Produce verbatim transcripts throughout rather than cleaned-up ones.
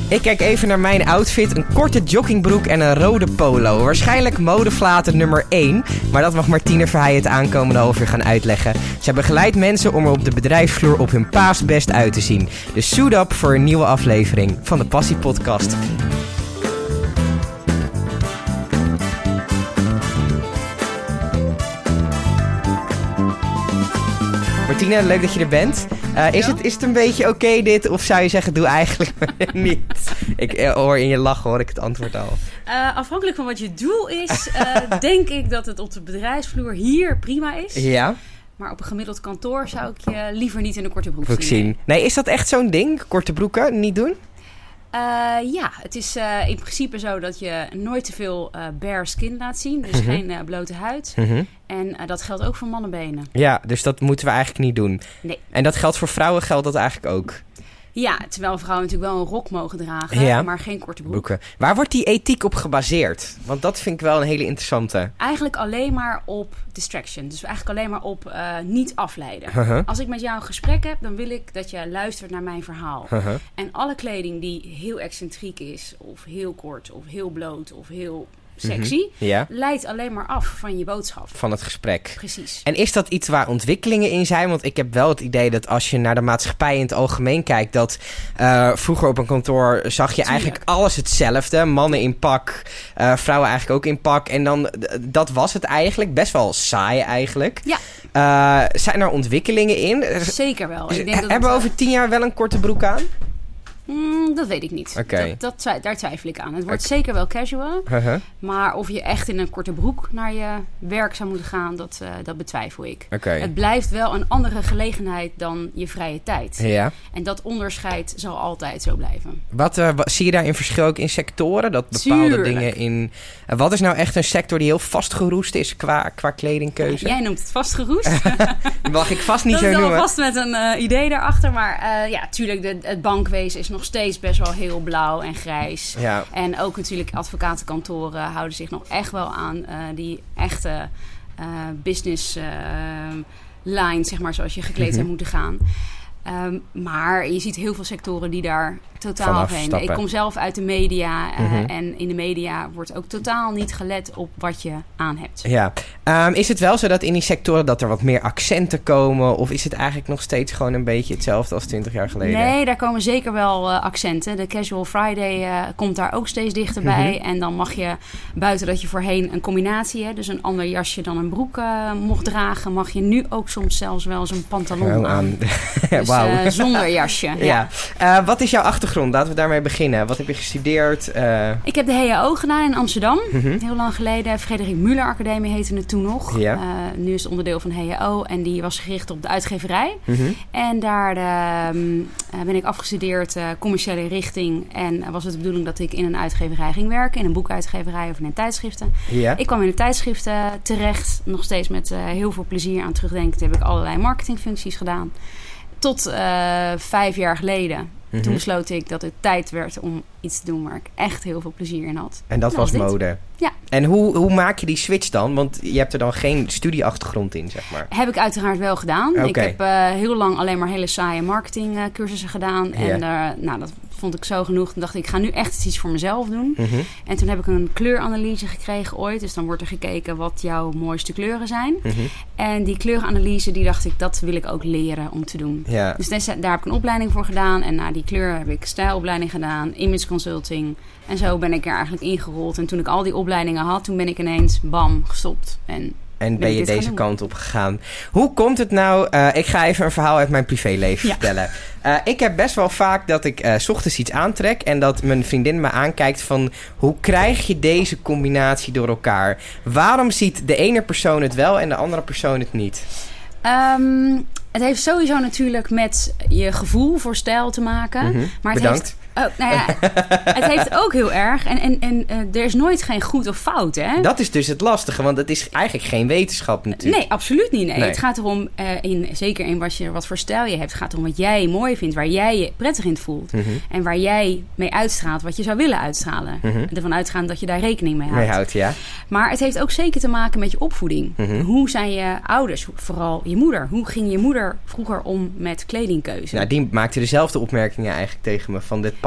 Ik kijk even naar mijn outfit. Een korte joggingbroek en een rode polo. Waarschijnlijk modeflaten nummer één. Maar dat mag Martine Verheijen het aankomende half uur gaan uitleggen. Zij begeleidt mensen om er op de bedrijfsvloer op hun paasbest uit te zien. Dus suit up voor een nieuwe aflevering van de Passie Podcast. Martine, leuk dat je er bent. Uh, is, het, is het een beetje oké okay, dit? Of zou je zeggen, doe eigenlijk niet? Ik uh, hoor in je lach hoor ik het antwoord al. Uh, afhankelijk van wat je doel is, uh, denk ik dat het op de bedrijfsvloer hier prima is. Ja. Maar op een gemiddeld kantoor zou ik je liever niet in een korte broek zien. zien. Nee, is dat echt zo'n ding? Korte broeken niet doen? Uh, ja, het is uh, in principe zo dat je nooit te veel uh, bare skin laat zien. Dus mm-hmm. geen uh, blote huid. Mm-hmm. En uh, dat geldt ook voor mannenbenen. Ja, dus dat moeten we eigenlijk niet doen. Nee. En dat geldt voor vrouwen, geldt dat eigenlijk ook? Ja, terwijl vrouwen natuurlijk wel een rok mogen dragen, ja. maar geen korte broek. Broeken. Waar wordt die ethiek op gebaseerd? Want dat vind ik wel een hele interessante. Eigenlijk alleen maar op distraction. Dus eigenlijk alleen maar op uh, niet afleiden. Uh-huh. Als ik met jou een gesprek heb, dan wil ik dat je luistert naar mijn verhaal. Uh-huh. En alle kleding die heel excentriek is, of heel kort, of heel bloot, of heel sexy, mm-hmm. ja. leidt alleen maar af van je boodschap. Van het gesprek. Precies. En is dat iets waar ontwikkelingen in zijn? Want ik heb wel het idee dat als je naar de maatschappij in het algemeen kijkt, dat uh, vroeger op een kantoor zag je Tuurlijk. eigenlijk alles hetzelfde. Mannen in pak, uh, vrouwen eigenlijk ook in pak. En dan, d- dat was het eigenlijk. Best wel saai eigenlijk. Ja. Uh, zijn er ontwikkelingen in? Zeker wel. Ik denk H- dat hebben we het, over tien jaar wel een korte broek aan? Mm, dat weet ik niet. Okay. Dat, dat, daar twijfel ik aan. Het wordt okay. zeker wel casual. Uh-huh. Maar of je echt in een korte broek naar je werk zou moeten gaan, dat, uh, dat betwijfel ik. Okay. Het blijft wel een andere gelegenheid dan je vrije tijd. Ja. En dat onderscheid zal altijd zo blijven. Wat, uh, wat zie je daar in verschil ook in sectoren? Dat bepaalde Tuurlijk. dingen in... Uh, wat is nou echt een sector die heel vastgeroest is qua, qua kledingkeuze? Ja, jij noemt het vastgeroest. Mag ik vast niet dat zo noemen. Dat is al vast met een uh, idee daarachter. Maar uh, ja, tuurlijk, de, het bankwezen is nog steeds best wel heel blauw en grijs. Ja. En ook natuurlijk advocatenkantoren houden zich nog echt wel aan uh, die echte uh, business uh, line, zeg maar, zoals je gekleed mm-hmm. zou moeten gaan. Um, maar je ziet heel veel sectoren die daar totaal heen. Ik kom zelf uit de media uh, mm-hmm. en in de media wordt ook totaal niet gelet op wat je aan hebt. Ja. Um, is het wel zo dat in die sectoren dat er wat meer accenten komen? Of is het eigenlijk nog steeds gewoon een beetje hetzelfde als twintig jaar geleden? Nee, daar komen zeker wel uh, accenten. De Casual Friday uh, komt daar ook steeds dichterbij. Mm-hmm. En dan mag je, buiten dat je voorheen een combinatie, hè, dus een ander jasje dan een broek uh, mocht dragen, mag je nu ook soms zelfs wel zo'n pantalon oh, aan. Dus wow. uh, zonder jasje. Ja. Ja. Uh, wat is jouw achtergrond? Laten we daarmee beginnen. Wat heb je gestudeerd? Uh... Ik heb de H A O gedaan in Amsterdam. Mm-hmm. Heel lang geleden. Frederik Müller Academie heette het toen nog. Ja. Uh, nu is het onderdeel van H A O. En die was gericht op de uitgeverij. Mm-hmm. En daar uh, ben ik afgestudeerd uh, commerciële richting. En was het de bedoeling dat ik in een uitgeverij ging werken. In een boekuitgeverij of in een tijdschriften. Ja. Ik kwam in de tijdschriften terecht. Nog steeds met uh, heel veel plezier aan terugdenken. Heb ik allerlei marketingfuncties gedaan. Tot uh, vijf jaar geleden. Mm-hmm. Toen besloot ik dat het tijd werd om iets te doen waar ik echt heel veel plezier in had. En dat nou, was mode? Dit. Ja. En hoe, hoe maak je die switch dan? Want je hebt er dan geen studieachtergrond in, zeg maar. Heb ik uiteraard wel gedaan. Okay. Ik heb uh, heel lang alleen maar hele saaie marketingcursussen uh, gedaan. Yeah. En uh, nou, dat vond ik zo genoeg. Toen dacht ik, ik ga nu echt iets voor mezelf doen. Mm-hmm. En toen heb ik een kleuranalyse gekregen ooit. Dus dan wordt er gekeken wat jouw mooiste kleuren zijn. Mm-hmm. En die kleuranalyse, die dacht ik, dat wil ik ook leren om te doen. Yeah. Dus des, daar heb ik een opleiding voor gedaan. En na die kleur heb ik stijlopleiding gedaan, image consulting. En zo ben ik er eigenlijk ingerold. En toen ik al die opleidingen had, toen ben ik ineens, bam, gestopt. En En ben, ben je deze kant op gegaan. Hoe komt het nou... Uh, ik ga even een verhaal uit mijn privéleven ja. vertellen. Uh, ik heb best wel vaak dat ik uh, 's ochtends iets aantrek... en dat mijn vriendin me aankijkt van... hoe krijg je deze combinatie door elkaar? Waarom ziet de ene persoon het wel en de andere persoon het niet? Um, het heeft sowieso natuurlijk met je gevoel voor stijl te maken. Mm-hmm. Maar het Bedankt. Heeft, oh, nou ja, het heeft ook heel erg. En, en, en uh, er is nooit geen goed of fout, hè? Dat is dus het lastige, want het is eigenlijk geen wetenschap natuurlijk. Nee, absoluut niet. Nee. Nee. Het gaat erom, uh, in, zeker in wat, je, wat voor stijl je hebt... het gaat erom wat jij mooi vindt, waar jij je prettig in voelt. Mm-hmm. En waar jij mee uitstraalt wat je zou willen uitstralen. Mm-hmm. Ervan uitgaan dat je daar rekening mee houdt. Mee houdt, ja. Maar het heeft ook zeker te maken met je opvoeding. Mm-hmm. Hoe zijn je ouders, vooral je moeder? Hoe ging je moeder vroeger om met kledingkeuze? Nou, die maakte dezelfde opmerkingen eigenlijk tegen me. Van dit past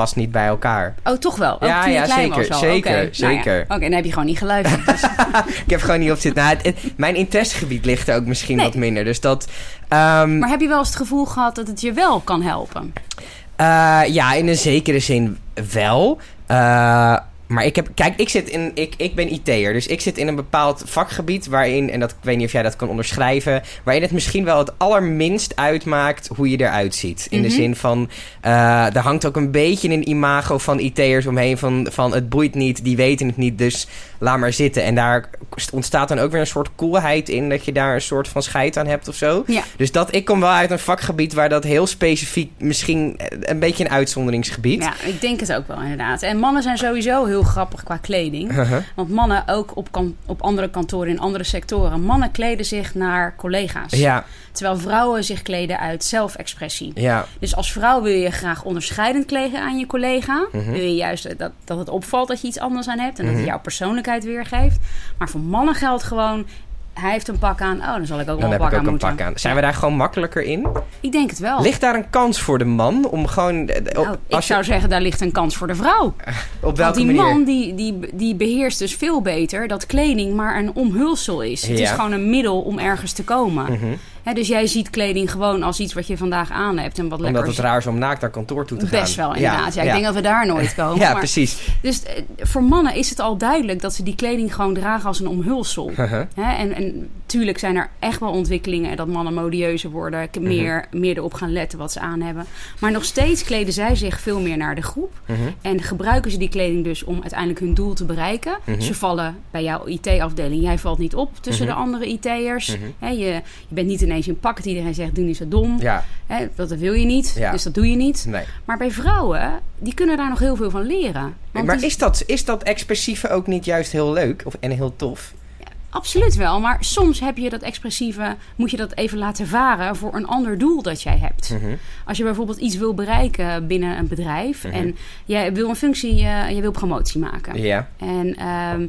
past niet bij elkaar. Oh, toch wel? Ook ja, toen je ja klein zeker, was al. zeker, okay. zeker. Nou ja. Oké, okay, dan heb je gewoon niet geluisterd. Dus. Ik heb gewoon niet op zitten. Nou, het, het, mijn interessegebied ligt er ook misschien nee. wat minder. Dus dat, um... Maar heb je wel eens het gevoel gehad dat het je wel kan helpen? Uh, ja, in een zekere zin wel. Uh, maar ik heb... Kijk, ik, zit in, ik, ik ben I T'er. Dus ik zit in een bepaald vakgebied waarin... En dat, ik weet niet of jij dat kan onderschrijven... Waarin het misschien wel het allerminst uitmaakt hoe je eruit ziet. In mm-hmm. de zin van... Uh, er hangt ook een beetje een imago van I T'ers omheen. Van, van het boeit niet, die weten het niet, dus laat maar zitten. En daar ontstaat dan ook weer een soort coolheid in... dat je daar een soort van scheid aan hebt of zo. Ja. Dus dat, ik kom wel uit een vakgebied waar dat heel specifiek... misschien een beetje een uitzonderingsgebied. Ja, ik denk het ook wel inderdaad. En mannen zijn sowieso heel grappig qua kleding. Uh-huh. Want mannen ook op, kan, op andere kantoren, in andere sectoren... mannen kleden zich naar collega's. Ja. Terwijl vrouwen zich kleden uit zelfexpressie. Ja. Dus als vrouw wil je graag onderscheidend kleden aan je collega. Mm-hmm. Wil je juist dat, dat het opvalt dat je iets anders aan hebt. En mm-hmm. dat het jouw persoonlijkheid weergeeft. Maar voor mannen geldt gewoon... Hij heeft een pak aan. Oh, dan zal ik ook wel een pak aan moeten. Pak aan. Zijn ja. we daar gewoon makkelijker in? Ik denk het wel. Ligt daar een kans voor de man om gewoon... Op, nou, ik als zou je... zeggen, daar ligt een kans voor de vrouw. Op welke Want die manier? man die, die, die beheerst dus veel beter dat kleding maar een omhulsel is. Ja. Het is gewoon een middel om ergens te komen. Mm-hmm. He, dus jij ziet kleding gewoon als iets wat je vandaag aan hebt. En wat Omdat lekker het raar is om naakt naar kantoor toe te gaan. Best wel, inderdaad. Ja, ja, ik ja. denk dat we daar nooit komen. Ja, maar, precies. Dus uh, voor mannen is het al duidelijk dat ze die kleding gewoon dragen als een omhulsel. Uh-huh. He, en, en tuurlijk zijn er echt wel ontwikkelingen dat mannen modieuzer worden. Meer, uh-huh. meer erop gaan letten wat ze aan hebben. Maar nog steeds kleden zij zich veel meer naar de groep. Uh-huh. En gebruiken ze die kleding dus om uiteindelijk hun doel te bereiken. Uh-huh. Ze vallen bij jouw I T-afdeling. Jij valt niet op tussen uh-huh. de andere I T'ers. Uh-huh. He, je, je bent niet ineens in pak dat iedereen zegt, doe niet zo dom. Ja. He, dat wil je niet, ja. dus dat doe je niet. Nee. Maar bij vrouwen, die kunnen daar nog heel veel van leren. Want maar dus, is dat, is dat expressieve ook niet juist heel leuk of, en heel tof? Ja, absoluut wel, maar soms heb je dat expressieve... moet je dat even laten varen voor een ander doel dat jij hebt. Mm-hmm. Als je bijvoorbeeld iets wil bereiken binnen een bedrijf... Mm-hmm. en jij wil een functie, uh, je wil promotie maken. Ja. En... Um,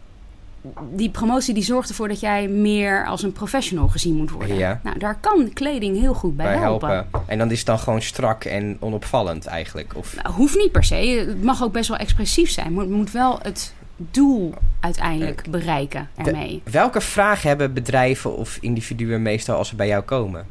die promotie die zorgt ervoor dat jij meer als een professional gezien moet worden. Ja. Nou, daar kan kleding heel goed bij, bij helpen. helpen. En dan is het dan gewoon strak en onopvallend eigenlijk? Of... Nou, hoeft niet per se. Het mag ook best wel expressief zijn. Maar het moet wel het doel uiteindelijk bereiken ermee. De, welke vraag hebben bedrijven of individuen meestal als ze bij jou komen?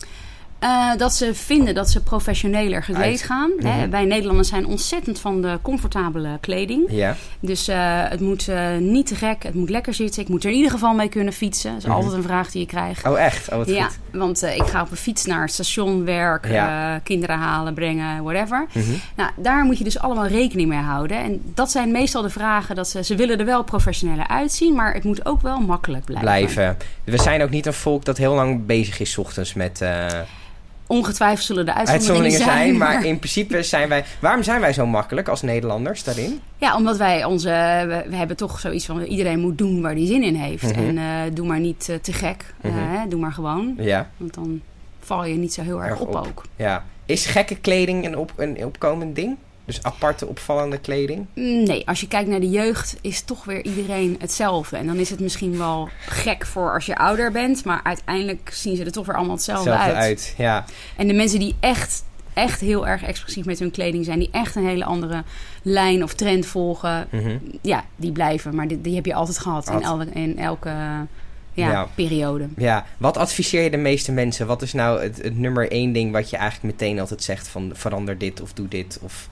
Uh, dat ze vinden dat ze professioneler gekleed Uit. gaan. Mm-hmm. Hè? Wij Nederlanders zijn ontzettend van de comfortabele kleding. Ja. Dus uh, het moet uh, niet te gek, het moet lekker zitten. Ik moet er in ieder geval mee kunnen fietsen. Dat is mm-hmm. altijd een vraag die je krijgt. Oh echt? Oh, wat ja, goed. Want uh, ik ga op een fiets naar het station, werk, ja. uh, kinderen halen, brengen, whatever. Mm-hmm. Nou, daar moet je dus allemaal rekening mee houden. En dat zijn meestal de vragen dat ze... Ze willen er wel professioneler uitzien, maar het moet ook wel makkelijk blijven. Blijven. We zijn ook niet een volk dat heel lang bezig is 's ochtends met... Uh... Ongetwijfeld zullen de uitzonderingen, uitzonderingen zijn, zijn, maar in principe zijn wij... Waarom zijn wij zo makkelijk als Nederlanders daarin? Ja, omdat wij onze... We, we hebben toch zoiets van... Iedereen moet doen waar die zin in heeft. Mm-hmm. En uh, doe maar niet uh, te gek. Mm-hmm. Uh, doe maar gewoon. Ja. Want dan val je niet zo heel erg, erg op, op ook. Ja. Is gekke kleding een, op, een opkomend ding? Dus aparte, opvallende kleding? Nee, als je kijkt naar de jeugd is toch weer iedereen hetzelfde. En dan is het misschien wel gek voor als je ouder bent. Maar uiteindelijk zien ze er toch weer allemaal hetzelfde, hetzelfde uit. uit. Ja. En de mensen die echt, echt heel erg expressief met hun kleding zijn... die echt een hele andere lijn of trend volgen... Mm-hmm. ja, die blijven. Maar die, die heb je altijd gehad in elke, in elke ja, ja. periode. Ja. Wat adviseer je de meeste mensen? Wat is nou het, het nummer één ding wat je eigenlijk meteen altijd zegt... van verander dit of doe dit of...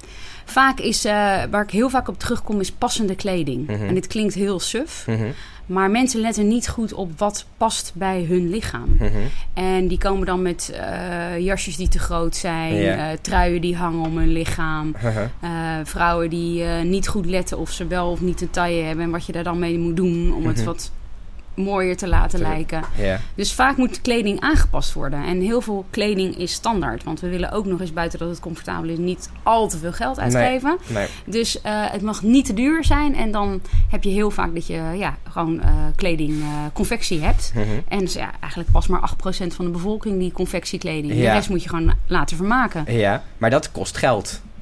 Vaak is, uh, waar ik heel vaak op terugkom, is passende kleding. Mm-hmm. En dit klinkt heel suf. Mm-hmm. Maar mensen letten niet goed op wat past bij hun lichaam. Mm-hmm. En die komen dan met uh, jasjes die te groot zijn. Yeah. Uh, truien die hangen om hun lichaam. Uh-huh. Uh, vrouwen die uh, niet goed letten of ze wel of niet een taille hebben. En wat je daar dan mee moet doen om mm-hmm. het wat... mooier te laten Tuurlijk. lijken. Yeah. Dus vaak moet kleding aangepast worden. En heel veel kleding is standaard. Want we willen ook nog eens buiten dat het comfortabel is... niet al te veel geld uitgeven. Nee, nee. Dus uh, het mag niet te duur zijn. En dan heb je heel vaak dat je ja, gewoon uh, kleding, uh, confectie hebt. Mm-hmm. En dus, ja, eigenlijk pas maar acht procent van de bevolking die confectiekleding. Ja. De rest moet je gewoon laten vermaken. Ja, maar dat kost geld. Ja,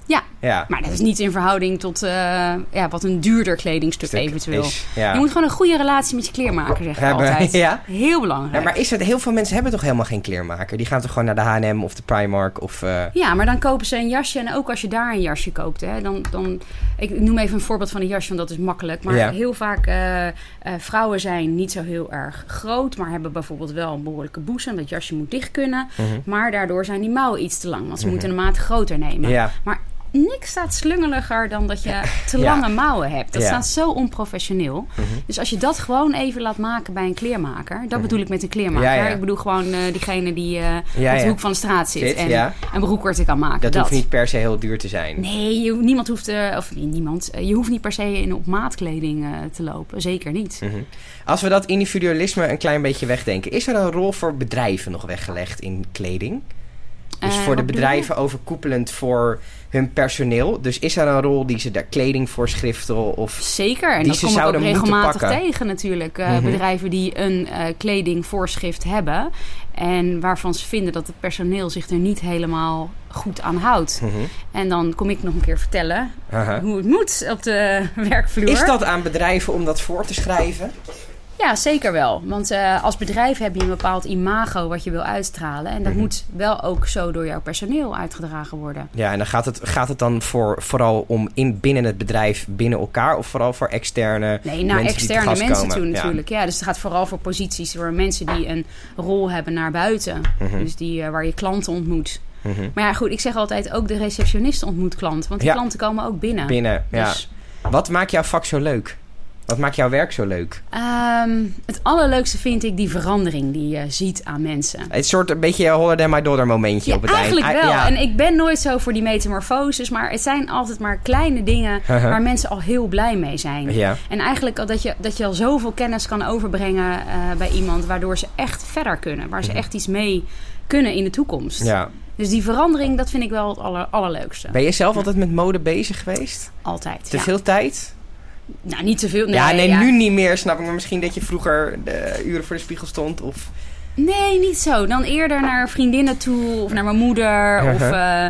Ja. Maar dat is niet in verhouding tot uh, ja, wat een duurder kledingstuk Stuk eventueel. Is, ja. Je moet gewoon een goede relatie met je kleermaker, zeg ik hebben, altijd. Ja? Heel belangrijk. Ja, maar is het, heel veel mensen hebben toch helemaal geen kleermaker? Die gaan toch gewoon naar de H en M of de Primark? Of, uh... Ja, maar dan kopen ze een jasje. En ook als je daar een jasje koopt, hè, dan, dan... Ik noem even een voorbeeld van een jasje, want dat is makkelijk. Maar ja. heel vaak, uh, uh, vrouwen zijn niet zo heel erg groot, maar hebben bijvoorbeeld wel een behoorlijke boezem. Dat jasje moet dicht kunnen. Mm-hmm. Maar daardoor zijn die mouwen iets te lang, want ze mm-hmm. moeten een maat groter nemen. Ja. Maar niks staat slungeliger dan dat je te lange ja. mouwen hebt. Dat ja. staat zo onprofessioneel. Mm-hmm. Dus als je dat gewoon even laat maken bij een kleermaker... Dat mm-hmm. bedoel ik met een kleermaker. Ja, ja. Ik bedoel gewoon uh, diegene die uh, ja, op de hoek van de straat zit... Zit en ja. een broekkorting kan maken. Dat, dat hoeft niet per se heel duur te zijn. Nee, je, niemand hoeft... Uh, of nee, niemand. Uh, je hoeft niet per se in op maatkleding uh, te lopen. Zeker niet. Mm-hmm. Als we dat individualisme een klein beetje wegdenken... is er een rol voor bedrijven nog weggelegd in kleding? Dus uh, voor de bedrijven overkoepelend voor hun personeel. Dus is er een rol die ze daar kledingvoorschriften of zeker, en die dat ze kom ik zouden ook regelmatig pakken? tegen natuurlijk. Uh, mm-hmm. Bedrijven die een uh, kledingvoorschrift hebben en waarvan ze vinden dat het personeel zich er niet helemaal goed aan houdt. Mm-hmm. En dan kom ik nog een keer vertellen uh-huh. hoe het moet op de werkvloer. Is dat aan bedrijven om dat voor te schrijven? Ja, zeker wel. Want uh, als bedrijf heb je een bepaald imago wat je wil uitstralen. En dat mm-hmm. moet wel ook zo door jouw personeel uitgedragen worden. Ja, en dan gaat het, gaat het dan voor, vooral om in, binnen het bedrijf, binnen elkaar... of vooral voor externe Nee, naar mensen externe die te gast mensen komen? toe natuurlijk. Ja. ja, dus het gaat vooral voor posities voor mensen die een rol hebben naar buiten. Mm-hmm. Dus die, uh, waar je klanten ontmoet. Mm-hmm. Maar ja, goed, ik zeg altijd ook de receptionist ontmoet klanten. Want die ja. klanten komen ook binnen. Binnen, dus, ja. Wat maakt jouw vak zo leuk? Wat maakt jouw werk zo leuk? Um, het allerleukste vind ik die verandering die je ziet aan mensen. Het soort een beetje Holler than my daughter momentje ja, op het eigenlijk eind. Eigenlijk wel. Ja. En ik ben nooit zo voor die metamorfoses. Maar het zijn altijd maar kleine dingen uh-huh. waar mensen al heel blij mee zijn. Ja. En eigenlijk al dat je, dat je al zoveel kennis kan overbrengen uh, bij iemand. Waardoor ze echt verder kunnen. Waar ze uh-huh. echt iets mee kunnen in de toekomst. Ja. Dus die verandering, dat vind ik wel het aller, allerleukste. Ben je zelf altijd met mode bezig geweest? Altijd, Te ja. veel tijd? Nou, niet te veel. Nee, ja, nee, ja. nu niet meer, snap ik. Maar misschien dat je vroeger de uren voor de spiegel stond of... Nee, niet zo. Dan eerder naar vriendinnen toe of naar mijn moeder uh-huh. of uh, uh,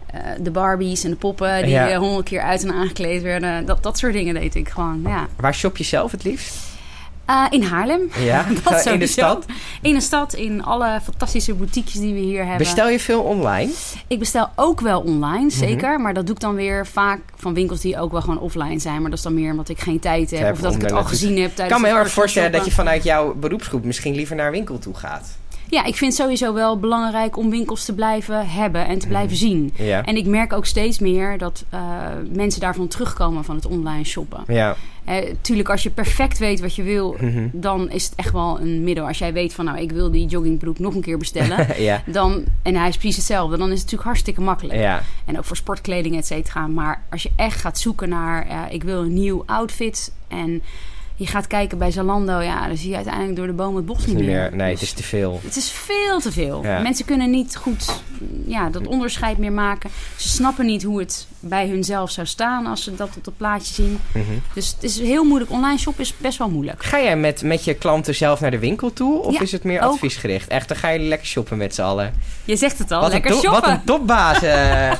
de Barbies en de poppen die ja. honderd keer uit en aangekleed werden. Dat, dat soort dingen deed ik gewoon, ja. Waar shop je zelf het liefst? Uh, in Haarlem. Ja, dat in de stad? In de stad, in alle fantastische boutiques die we hier hebben. Bestel je veel online? Ik bestel ook wel online, zeker. Mm-hmm. Maar dat doe ik dan weer vaak van winkels die ook wel gewoon offline zijn. Maar dat is dan meer omdat ik geen tijd heb. heb of dat ik het al gezien heb tijdens. Ik kan me heel erg voorstellen dat je vanuit jouw beroepsgroep misschien liever naar een winkel toe gaat. Ja, ik vind het sowieso wel belangrijk om winkels te blijven hebben en te blijven zien. Ja. En ik merk ook steeds meer dat uh, mensen daarvan terugkomen van het online shoppen. Ja. Uh, tuurlijk, als je perfect weet wat je wil, mm-hmm. dan is het echt wel een middel. Als jij weet van, nou, ik wil die joggingbroek nog een keer bestellen. ja. dan, en hij is precies hetzelfde, dan is het natuurlijk hartstikke makkelijk. Ja. En ook voor sportkleding, et cetera. Maar als je echt gaat zoeken naar, uh, ik wil een nieuw outfit en... Je gaat kijken bij Zalando, ja, dan zie je uiteindelijk door de boom het bos niet meer. meer. Nee, dus het is te veel. Het is veel te veel. Ja. Mensen kunnen niet goed ja, dat onderscheid meer maken. Ze snappen niet hoe het bij hunzelf zou staan als ze dat op het plaatje zien. Mm-hmm. Dus het is heel moeilijk. Online shoppen is best wel moeilijk. Ga jij met, met je klanten zelf naar de winkel toe? Of ja, is het meer ook. adviesgericht? Echt, dan ga je lekker shoppen met z'n allen. Je zegt het al, wat lekker een to- shoppen. Wat een topbaas. Uh.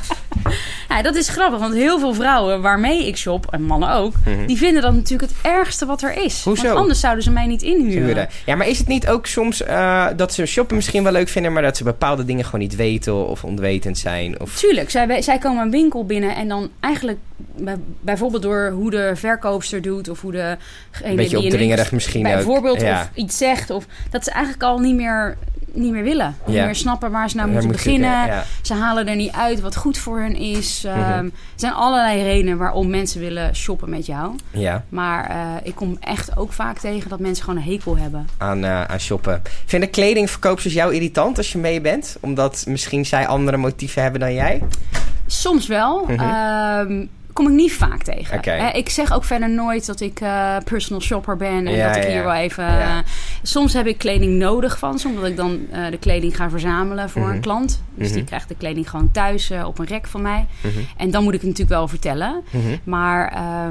Ja, dat is grappig, want heel veel vrouwen waarmee ik shop, en mannen ook, mm-hmm. die vinden dat natuurlijk het ergste wat er is. Hoezo? Want anders zouden ze mij niet inhuren. Huren. Ja, maar is het niet ook soms uh, dat ze shoppen misschien wel leuk vinden, maar dat ze bepaalde dingen gewoon niet weten of onwetend zijn? Of... Tuurlijk, zij, zij komen een winkel binnen en dan eigenlijk bij, bijvoorbeeld door hoe de verkoopster doet of hoe de... Een beetje opdringerig misschien ook. Bijvoorbeeld ja. of iets zegt of dat ze eigenlijk al niet meer... niet meer willen. Niet ja. meer snappen waar ze nou moeten moet beginnen. Zitten, ja. Ze halen er niet uit wat goed voor hun is. Um, mm-hmm. Er zijn allerlei redenen waarom mensen willen shoppen met jou. Ja. Maar uh, ik kom echt ook vaak tegen dat mensen gewoon een hekel hebben. Aan, uh, aan shoppen. Vinden kledingverkoopsters jou irritant als je mee bent? Omdat misschien zij andere motieven hebben dan jij? Soms wel. Mm-hmm. Um, kom ik niet vaak tegen. Okay. Uh, ik zeg ook verder nooit dat ik uh, personal shopper ben. En ja, dat ik hier ja. wel even... Ja. Uh, soms heb ik kleding nodig van ze. Omdat ik dan uh, de kleding ga verzamelen voor mm-hmm. een klant. Dus mm-hmm. die krijgt de kleding gewoon thuis uh, op een rek van mij. Mm-hmm. En dan moet ik het natuurlijk wel vertellen. Mm-hmm. Maar um,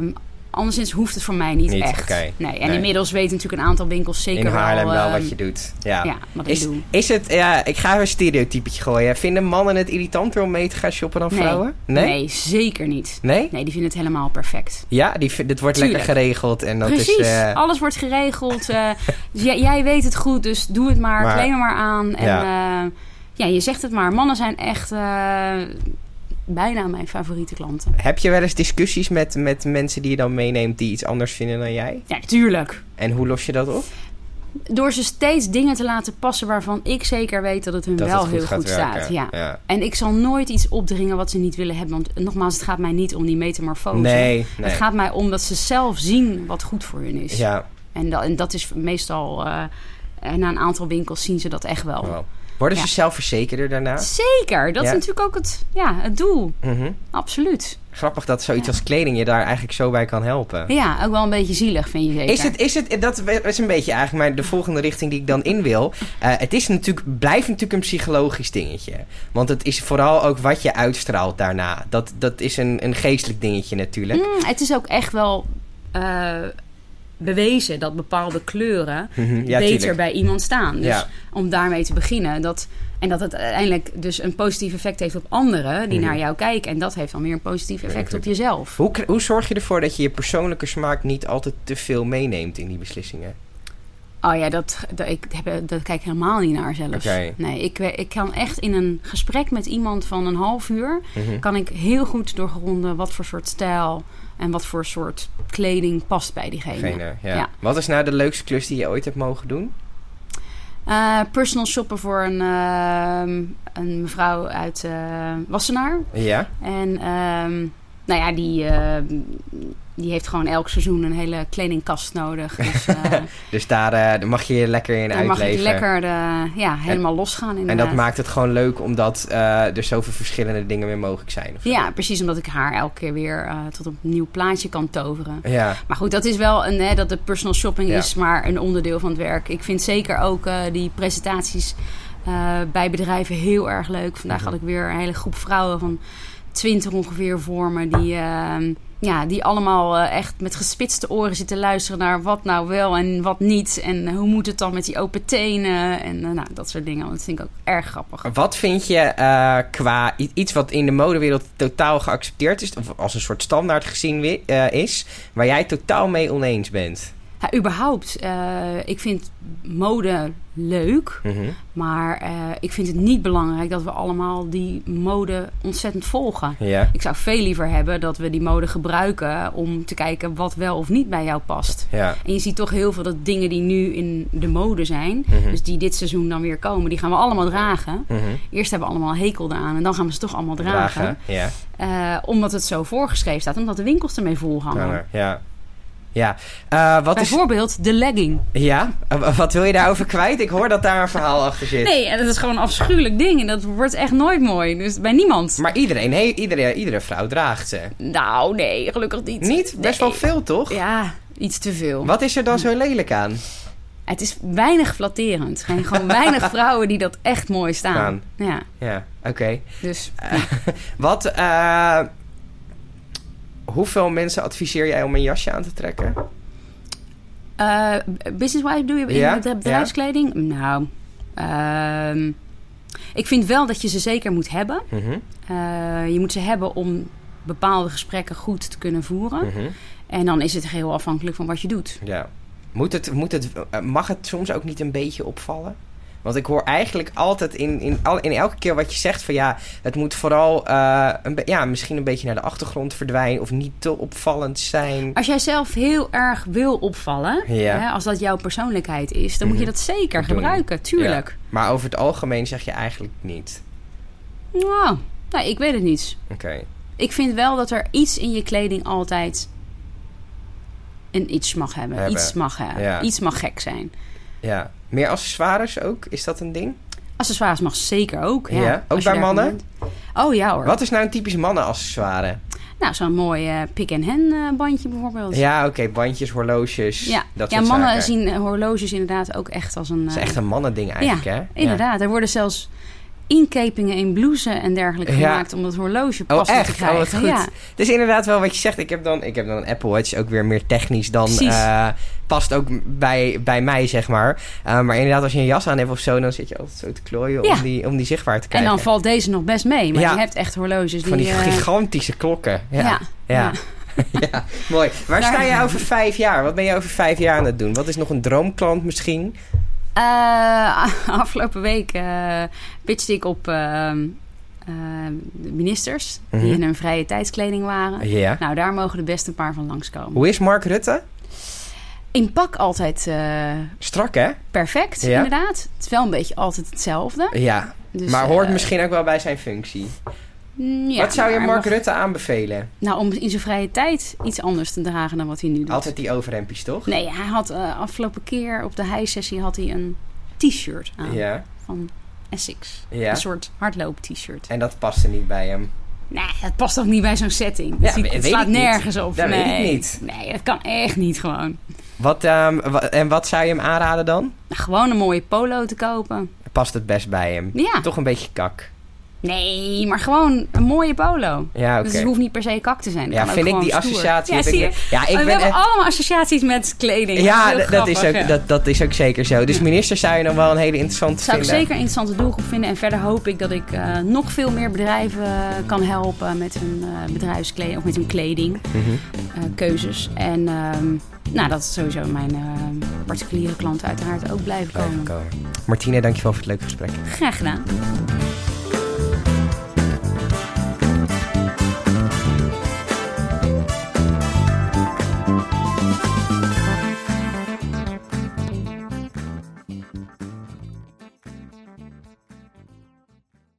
anderszins hoeft het voor mij niet, niet echt. Okay. Nee. En nee. inmiddels weten natuurlijk een aantal winkels zeker in Haarlem wel... wel uh, wat je doet. Ja, ja wat is, ik doe. Is het... Ja, ik ga even een stereotypetje gooien. Vinden mannen het irritanter om mee te gaan shoppen dan nee. vrouwen? Nee? Nee, zeker niet. Nee? Nee, die vinden het helemaal perfect. Ja, die, dit wordt Tuurlijk. lekker geregeld. En dat Precies, is, uh... alles wordt geregeld. Uh, dus jij, jij weet het goed, dus doe het maar. maar claim er maar aan. En ja. Uh, ja, je zegt het maar. Mannen zijn echt... Uh, bijna mijn favoriete klanten. Heb je wel eens discussies met, met mensen die je dan meeneemt die iets anders vinden dan jij? Ja, tuurlijk. En hoe los je dat op? Door ze steeds dingen te laten passen waarvan ik zeker weet dat het hun dat wel het goed heel goed werken. staat. Ja. Ja. En ik zal nooit iets opdringen wat ze niet willen hebben. Want nogmaals, het gaat mij niet om die metamorfose. Nee, nee. Het gaat mij om dat ze zelf zien wat goed voor hun is. Ja. En, dat, en dat is meestal... Uh, na een aantal winkels zien ze dat echt wel. Wow. Worden ze ja. zelfverzekerder daarna? Zeker. Dat ja. is natuurlijk ook het, ja, het doel. Mm-hmm. Absoluut. Grappig dat zoiets ja. als kleding je daar eigenlijk zo bij kan helpen. Ja, ook wel een beetje zielig, vind je zeker. Is het, is het, dat is een beetje eigenlijk maar de volgende richting die ik dan in wil. Uh, het is natuurlijk, blijft natuurlijk een psychologisch dingetje. Want het is vooral ook wat je uitstraalt daarna. Dat, dat is een, een geestelijk dingetje natuurlijk. Mm, het is ook echt wel... Uh, bewezen dat bepaalde kleuren mm-hmm. ja, beter tuurlijk. bij iemand staan. Dus ja. om daarmee te beginnen. Dat, en dat het uiteindelijk dus een positief effect heeft op anderen die mm-hmm. naar jou kijken. En dat heeft dan weer een positief effect ja, op jezelf. Hoe, hoe zorg je ervoor dat je je persoonlijke smaak niet altijd te veel meeneemt in die beslissingen? Oh ja, dat, dat, ik heb, dat kijk ik helemaal niet naar zelfs. Okay. Nee, ik, ik kan echt in een gesprek met iemand van een half uur... Mm-hmm. kan ik heel goed doorgronden wat voor soort stijl... en wat voor soort kleding past bij diegene. Gene, ja. Ja. Wat is nou de leukste klus die je ooit hebt mogen doen? Uh, personal shoppen voor een, uh, een mevrouw uit uh, Wassenaar. Ja. En um, nou ja, die... Uh, Die heeft gewoon elk seizoen een hele kledingkast nodig. Dus, uh, dus daar uh, mag je je lekker in uitleven. Daar mag ik lekker de, ja, helemaal en, losgaan. Inderdaad. En dat maakt het gewoon leuk omdat uh, er zoveel verschillende dingen weer mogelijk zijn. Of ja, precies. Omdat ik haar elke keer weer uh, tot een nieuw plaatje kan toveren. Ja. Maar goed, dat is wel een... Hè, dat de personal shopping ja. is maar een onderdeel van het werk. Ik vind zeker ook uh, die presentaties uh, bij bedrijven heel erg leuk. Vandaag mm-hmm. had ik weer een hele groep vrouwen van twintig ongeveer voor me die... Uh, Ja, die allemaal uh, echt met gespitste oren zitten luisteren naar wat nou wel en wat niet. En uh, hoe moet het dan met die open tenen en uh, nou, dat soort dingen. Dat vind ik ook erg grappig. Wat vind je uh, qua iets wat in de modewereld totaal geaccepteerd is... of als een soort standaard gezien wi- uh, is... waar jij totaal mee oneens bent? Ja, überhaupt. Uh, ik vind mode leuk. Mm-hmm. Maar uh, ik vind het niet belangrijk dat we allemaal die mode ontzettend volgen. Ja. Ik zou veel liever hebben dat we die mode gebruiken om te kijken wat wel of niet bij jou past. Ja. En je ziet toch heel veel dat dingen die nu in de mode zijn, mm-hmm. dus die dit seizoen dan weer komen, die gaan we allemaal dragen. Mm-hmm. Eerst hebben we allemaal een hekel aan en dan gaan we ze toch allemaal dragen. dragen ja. uh, omdat het zo voorgeschreven staat, omdat de winkels ermee vol hangen. Ja, ja. Ja, uh, wat bijvoorbeeld is... de legging. Ja, uh, wat wil je daarover kwijt? Ik hoor dat daar een verhaal achter zit. Nee, en dat is gewoon een afschuwelijk ding en dat wordt echt nooit mooi. Dus bij niemand. Maar iedereen, hey, iedere, iedere vrouw draagt ze. Nou, nee, gelukkig niet. Niet? Best nee. wel veel, toch? Ja, iets te veel. Wat is er dan zo lelijk aan? Het is weinig flatterend. Er zijn gewoon weinig vrouwen die dat echt mooi staan. staan. Ja, ja oké. Okay. Dus. Uh, wat... Uh, Hoeveel mensen adviseer jij om een jasje aan te trekken? Uh, Business-wise doe je in ja? de bedrijfskleding? Ja. Nou, uh, ik vind wel dat je ze zeker moet hebben. Mm-hmm. Uh, je moet ze hebben om bepaalde gesprekken goed te kunnen voeren. Mm-hmm. En dan is het heel afhankelijk van wat je doet. Ja. Moet het, moet het, mag het soms ook niet een beetje opvallen? Want ik hoor eigenlijk altijd in, in, al, in elke keer wat je zegt van ja, het moet vooral uh, een be- ja, misschien een beetje naar de achtergrond verdwijnen of niet te opvallend zijn. Als jij zelf heel erg wil opvallen, ja. hè, als dat jouw persoonlijkheid is, dan mm-hmm. moet je dat zeker Doen. gebruiken, tuurlijk. Ja. Maar over het algemeen zeg je eigenlijk niet. Nou, nee, ik weet het niet. Oké. Okay. Ik vind wel dat er iets in je kleding altijd een iets mag hebben. hebben. Iets mag hebben. Ja. Iets mag gek zijn. Ja. Meer accessoires ook? Is dat een ding? Accessoires mag zeker ook. Ja, ja. Ook bij mannen? Bent. Oh ja hoor. Wat is nou een typisch mannenaccessoire? Nou, zo'n mooi uh, pick-and-hen uh, bandje bijvoorbeeld. Ja, oké. Okay. Bandjes, horloges, ja. dat ja, soort mannen zaken. zien horloges inderdaad ook echt als een... Uh, dat is echt een mannending eigenlijk, ja, hè? Inderdaad. Ja, er worden zelfs inkepingen in blouse en dergelijke ja. gemaakt om dat horloge passend oh, echt? te krijgen. Oh, wat goed. Ja. Dus inderdaad wel wat je zegt. Ik heb dan, ik heb dan een Apple Watch, ook weer meer technisch dan... Uh, past ook bij, bij mij, zeg maar. Uh, maar inderdaad, als je een jas aan hebt of zo... dan zit je altijd zo te klooien ja. om, die, om die zichtbaar te krijgen. En dan valt deze nog best mee. Maar ja. je hebt echt horloges die... Van die uh... gigantische klokken. Ja, ja. ja. ja. ja. Mooi. Waar Daar... sta je over vijf jaar? Wat ben je over vijf jaar aan het doen? Wat is nog een droomklant misschien? Uh, afgelopen week uh, pitchte ik op... Uh, Uh, de ministers die mm-hmm. in hun vrije tijdskleding waren. Yeah. Nou, daar mogen er best een paar van langskomen. Hoe is Mark Rutte? In pak altijd... Uh, strak, hè? Perfect, ja. inderdaad. Het is wel een beetje altijd hetzelfde. Ja, dus, maar hoort uh, misschien ook wel bij zijn functie. Ja, wat zou je Mark mag... Rutte aanbevelen? Nou, om in zijn vrije tijd iets anders te dragen dan wat hij nu doet. Altijd die overhempjes, toch? Nee, hij had uh, afgelopen keer op de high-sessie had hij een t-shirt aan. Ja. Van Essex. Ja. Een soort hardloop-t-shirt. En dat paste niet bij hem? Nee, dat past toch niet bij zo'n setting? Ja, het weet slaat nergens niet. op. Dat nee. weet ik niet. Nee, dat kan echt niet gewoon. Wat, um, wa- en wat zou je hem aanraden dan? Nou, gewoon een mooie polo te kopen. Past het best bij hem? Ja. Toch een beetje kak? Nee, maar gewoon een mooie polo. Ja, oké. Dus het hoeft niet per se kak te zijn. Ja, vind ik die stoer. associatie... Ja, zie je? Ja, ik oh, ben we hebben echt... allemaal associaties met kleding. Ja, dat, d- dat, is ook, ja. dat, dat is ook zeker zo. Dus minister zou je nog wel een hele interessante zou vinden. Zou ik zeker een interessante doelgroep vinden. En verder hoop ik dat ik uh, nog veel meer bedrijven kan helpen met hun uh, bedrijfskleding of met hun kleding. Mm-hmm. Uh, keuzes. En um, nou, dat sowieso mijn uh, particuliere klanten uiteraard ook blijven komen. Blijven komen. Martine, dankjewel voor het leuke gesprek. Graag gedaan.